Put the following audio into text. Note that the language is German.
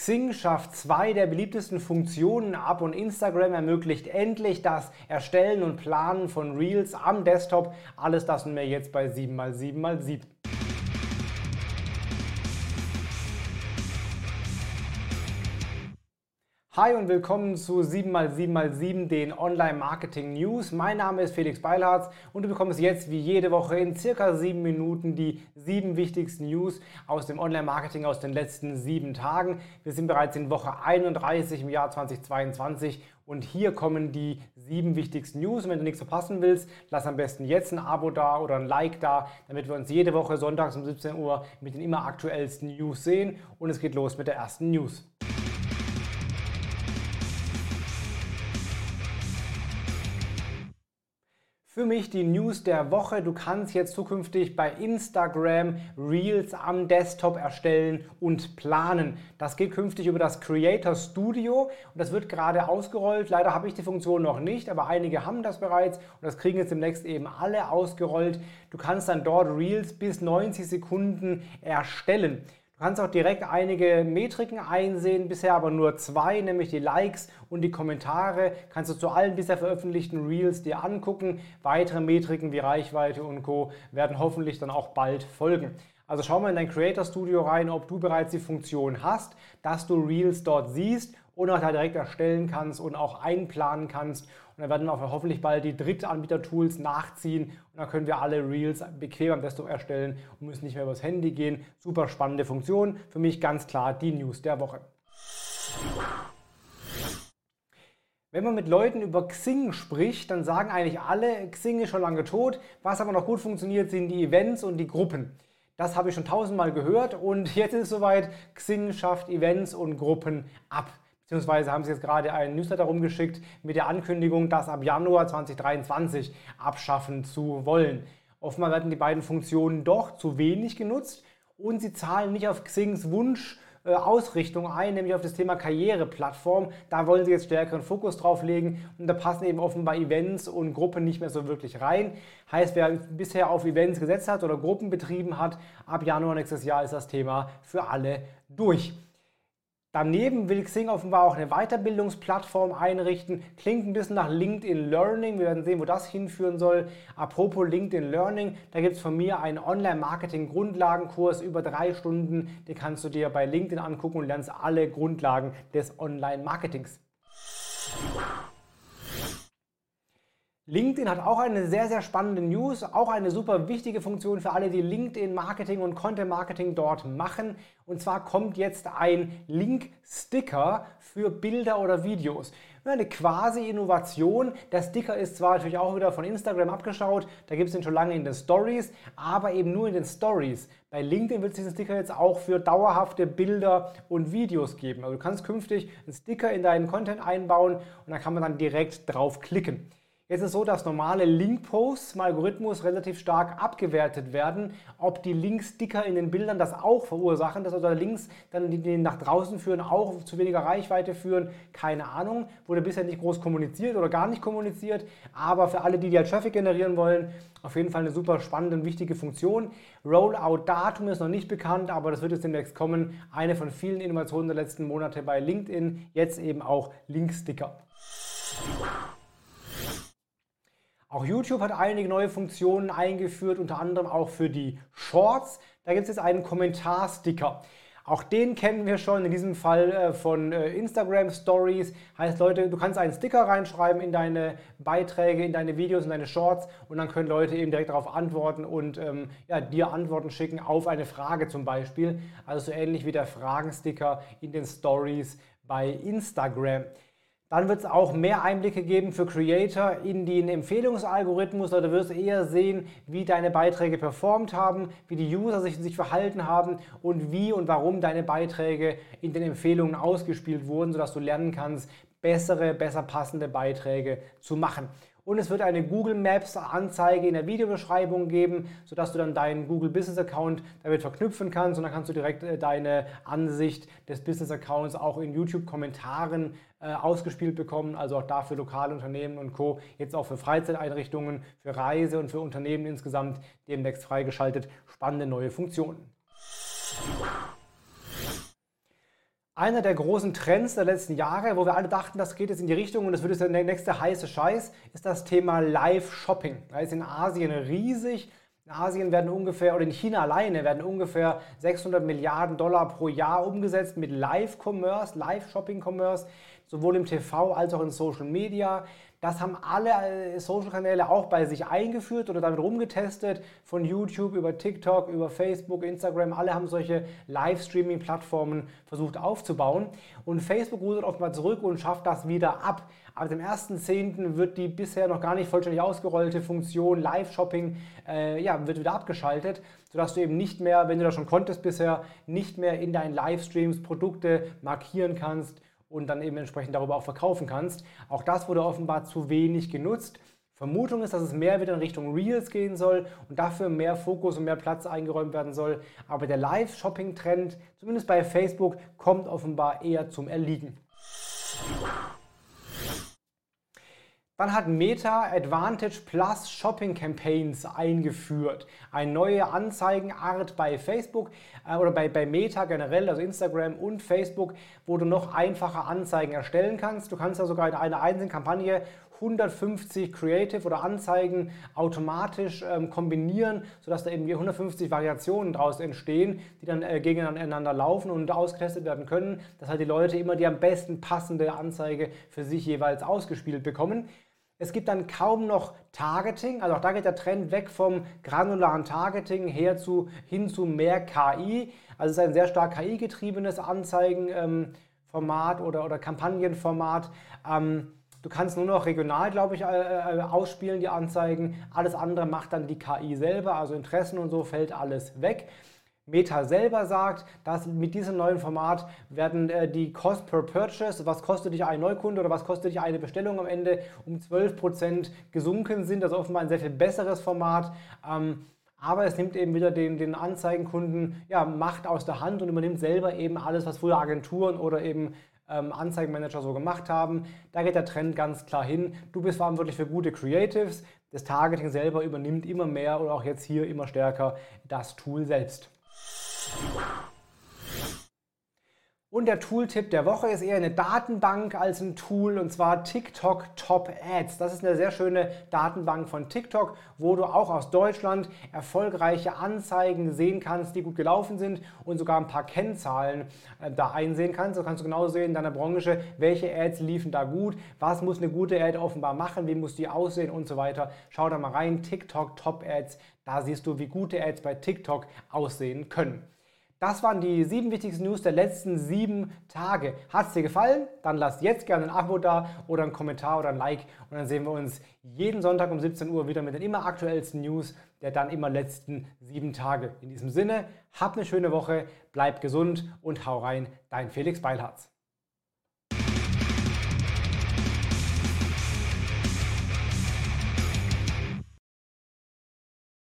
Xing schafft zwei der beliebtesten Funktionen ab und Instagram ermöglicht endlich das Erstellen und Planen von Reels am Desktop. Alles das und mehr jetzt bei 7x7x7. Hi und willkommen zu 7x7x7, den Online-Marketing-News. Mein Name ist Felix Beilharz und du bekommst jetzt wie jede Woche in circa 7 Minuten die 7 wichtigsten News aus dem Online-Marketing aus den letzten 7 Tagen. Wir sind bereits in Woche 31 im Jahr 2022 und hier kommen die 7 wichtigsten News. Und wenn du nichts verpassen willst, lass am besten jetzt ein Abo da oder ein Like da, damit wir uns jede Woche sonntags um 17 Uhr mit den immer aktuellsten News sehen. Und es geht los mit der ersten News. Für mich die News der Woche. Du kannst jetzt zukünftig bei Instagram Reels am Desktop erstellen und planen. Das geht künftig über das Creator Studio und das wird gerade ausgerollt. Leider habe ich die Funktion noch nicht, aber einige haben das bereits und das kriegen jetzt demnächst eben alle ausgerollt. Du kannst dann dort Reels bis 90 Sekunden erstellen. Du kannst auch direkt einige Metriken einsehen, bisher aber nur 2, nämlich die Likes und die Kommentare. Kannst du zu allen bisher veröffentlichten Reels dir angucken. Weitere Metriken wie Reichweite und Co. werden hoffentlich dann auch bald folgen. Also schau mal in dein Creator Studio rein, ob du bereits die Funktion hast, dass du Reels dort siehst und auch da direkt erstellen kannst und auch einplanen kannst. Und dann werden auch hoffentlich bald die Drittanbieter-Tools nachziehen und dann können wir alle Reels bequem am Desktop erstellen und müssen nicht mehr übers Handy gehen. Super spannende Funktion. Für mich ganz klar die News der Woche. Wenn man mit Leuten über Xing spricht, dann sagen eigentlich alle, Xing ist schon lange tot. Was aber noch gut funktioniert, sind die Events und die Gruppen. Das habe ich schon 1000-mal gehört und jetzt ist es soweit, Xing schafft Events und Gruppen ab. Beziehungsweise haben sie jetzt gerade einen Newsletter rumgeschickt mit der Ankündigung, das ab Januar 2023 abschaffen zu wollen. Offenbar werden die beiden Funktionen doch zu wenig genutzt und sie zahlen nicht auf Xings Ausrichtung ein, nämlich auf das Thema Karriereplattform. Da wollen sie jetzt stärkeren Fokus drauf legen und da passen eben offenbar Events und Gruppen nicht mehr so wirklich rein. Heißt, wer bisher auf Events gesetzt hat oder Gruppen betrieben hat, ab Januar nächstes Jahr ist das Thema für alle durch. Daneben will Xing offenbar auch eine Weiterbildungsplattform einrichten. Klingt ein bisschen nach LinkedIn Learning. Wir werden sehen, wo das hinführen soll. Apropos LinkedIn Learning, da gibt es von mir einen Online-Marketing-Grundlagenkurs über 3 Stunden. Den kannst du dir bei LinkedIn angucken und lernst alle Grundlagen des Online-Marketings. LinkedIn hat auch eine sehr, sehr spannende News, auch eine super wichtige Funktion für alle, die LinkedIn-Marketing und Content-Marketing dort machen. Und zwar kommt jetzt ein Link-Sticker für Bilder oder Videos. Eine quasi Innovation. Der Sticker ist zwar natürlich auch wieder von Instagram abgeschaut, da gibt es den schon lange in den Stories, aber eben nur in den Stories. Bei LinkedIn wird es diesen Sticker jetzt auch für dauerhafte Bilder und Videos geben. Also du kannst künftig einen Sticker in deinen Content einbauen und da kann man dann direkt drauf klicken. Jetzt ist es so, dass normale Link-Posts im Algorithmus relativ stark abgewertet werden. Ob die Link-Sticker in den Bildern das auch verursachen, dass also Links dann, die nach draußen führen, auch zu weniger Reichweite führen, keine Ahnung. Wurde bisher nicht groß kommuniziert oder gar nicht kommuniziert. Aber für alle, die halt Traffic generieren wollen, auf jeden Fall eine super spannende und wichtige Funktion. Rollout-Datum ist noch nicht bekannt, aber das wird jetzt demnächst kommen. Eine von vielen Innovationen der letzten Monate bei LinkedIn. Jetzt eben auch Link-Sticker. Auch YouTube hat einige neue Funktionen eingeführt, unter anderem auch für die Shorts. Da gibt es jetzt einen Kommentarsticker. Auch den kennen wir schon, in diesem Fall von Instagram Stories. Heißt, Leute, du kannst einen Sticker reinschreiben in deine Beiträge, in deine Videos, in deine Shorts und dann können Leute eben direkt darauf antworten und dir Antworten schicken auf eine Frage zum Beispiel. Also so ähnlich wie der Fragensticker in den Stories bei Instagram. Dann wird es auch mehr Einblicke geben für Creator in den Empfehlungsalgorithmus. Da wirst du eher sehen, wie deine Beiträge performt haben, wie die User sich verhalten haben und wie und warum deine Beiträge in den Empfehlungen ausgespielt wurden, sodass du lernen kannst, besser passende Beiträge zu machen. Und es wird eine Google Maps Anzeige in der Videobeschreibung geben, sodass du dann deinen Google Business Account damit verknüpfen kannst und dann kannst du direkt deine Ansicht des Business Accounts auch in YouTube Kommentaren ausgespielt bekommen. Also auch dafür lokale Unternehmen und Co. Jetzt auch für Freizeiteinrichtungen, für Reise und für Unternehmen insgesamt demnächst freigeschaltet. Spannende neue Funktionen. Einer der großen Trends der letzten Jahre, wo wir alle dachten, das geht jetzt in die Richtung und das wird jetzt der nächste heiße Scheiß, ist das Thema Live-Shopping. Da ist in Asien riesig. In Asien werden ungefähr, oder in China alleine, werden ungefähr 600 Milliarden Dollar pro Jahr umgesetzt mit Live-Commerce, Live-Shopping-Commerce, sowohl im TV als auch in Social Media. Das haben alle Social-Kanäle auch bei sich eingeführt oder damit rumgetestet, von YouTube über TikTok, über Facebook, Instagram. Alle haben solche Livestreaming-Plattformen versucht aufzubauen. Und Facebook rudert oft mal zurück und schafft das wieder ab. Aber am 1.10. wird die bisher noch gar nicht vollständig ausgerollte Funktion Live-Shopping wird wieder abgeschaltet, sodass du eben nicht mehr, wenn du das schon konntest bisher, nicht mehr in deinen Livestreams Produkte markieren kannst und dann eben entsprechend darüber auch verkaufen kannst. Auch das wurde offenbar zu wenig genutzt. Vermutung ist, dass es mehr wieder in Richtung Reels gehen soll und dafür mehr Fokus und mehr Platz eingeräumt werden soll. Aber der Live-Shopping-Trend, zumindest bei Facebook, kommt offenbar eher zum Erliegen. Dann hat Meta Advantage Plus Shopping Campaigns eingeführt. Eine neue Anzeigenart bei Facebook oder bei Meta generell, also Instagram und Facebook, wo du noch einfacher Anzeigen erstellen kannst. Du kannst da sogar in einer einzelnen Kampagne 150 Creative oder Anzeigen automatisch kombinieren, sodass da eben 150 Variationen daraus entstehen, die dann gegeneinander laufen und ausgetestet werden können, dass halt die Leute immer die am besten passende Anzeige für sich jeweils ausgespielt bekommen. Es gibt dann kaum noch Targeting, also auch da geht der Trend weg vom granularen Targeting hin zu mehr KI. Also es ist ein sehr stark KI-getriebenes Anzeigenformat oder Kampagnenformat. Du kannst nur noch regional, glaube ich, ausspielen, die Anzeigen. Alles andere macht dann die KI selber, also Interessen und so fällt alles weg. Meta selber sagt, dass mit diesem neuen Format werden die Cost per Purchase, was kostet dich ein Neukunde oder was kostet dich eine Bestellung am Ende, um 12% gesunken sind. Das ist offenbar ein sehr viel besseres Format. Aber es nimmt eben wieder den Anzeigenkunden Macht aus der Hand und übernimmt selber eben alles, was früher Agenturen oder eben Anzeigenmanager so gemacht haben. Da geht der Trend ganz klar hin. Du bist verantwortlich für gute Creatives. Das Targeting selber übernimmt immer mehr oder auch jetzt hier immer stärker das Tool selbst. Und der Tooltip der Woche ist eher eine Datenbank als ein Tool, und zwar TikTok Top Ads. Das ist eine sehr schöne Datenbank von TikTok, wo du auch aus Deutschland erfolgreiche Anzeigen sehen kannst, die gut gelaufen sind und sogar ein paar Kennzahlen da einsehen kannst. Da kannst du genau sehen in deiner Branche, welche Ads liefen da gut, was muss eine gute Ad offenbar machen, wie muss die aussehen und so weiter. Schau da mal rein, TikTok Top Ads, da siehst du, wie gute Ads bei TikTok aussehen können. Das waren die 7 wichtigsten News der letzten 7 Tage. Hat es dir gefallen? Dann lass jetzt gerne ein Abo da oder einen Kommentar oder ein Like und dann sehen wir uns jeden Sonntag um 17 Uhr wieder mit den immer aktuellsten News der dann immer letzten 7 Tage. In diesem Sinne, hab eine schöne Woche, bleib gesund und hau rein, dein Felix Beilharz.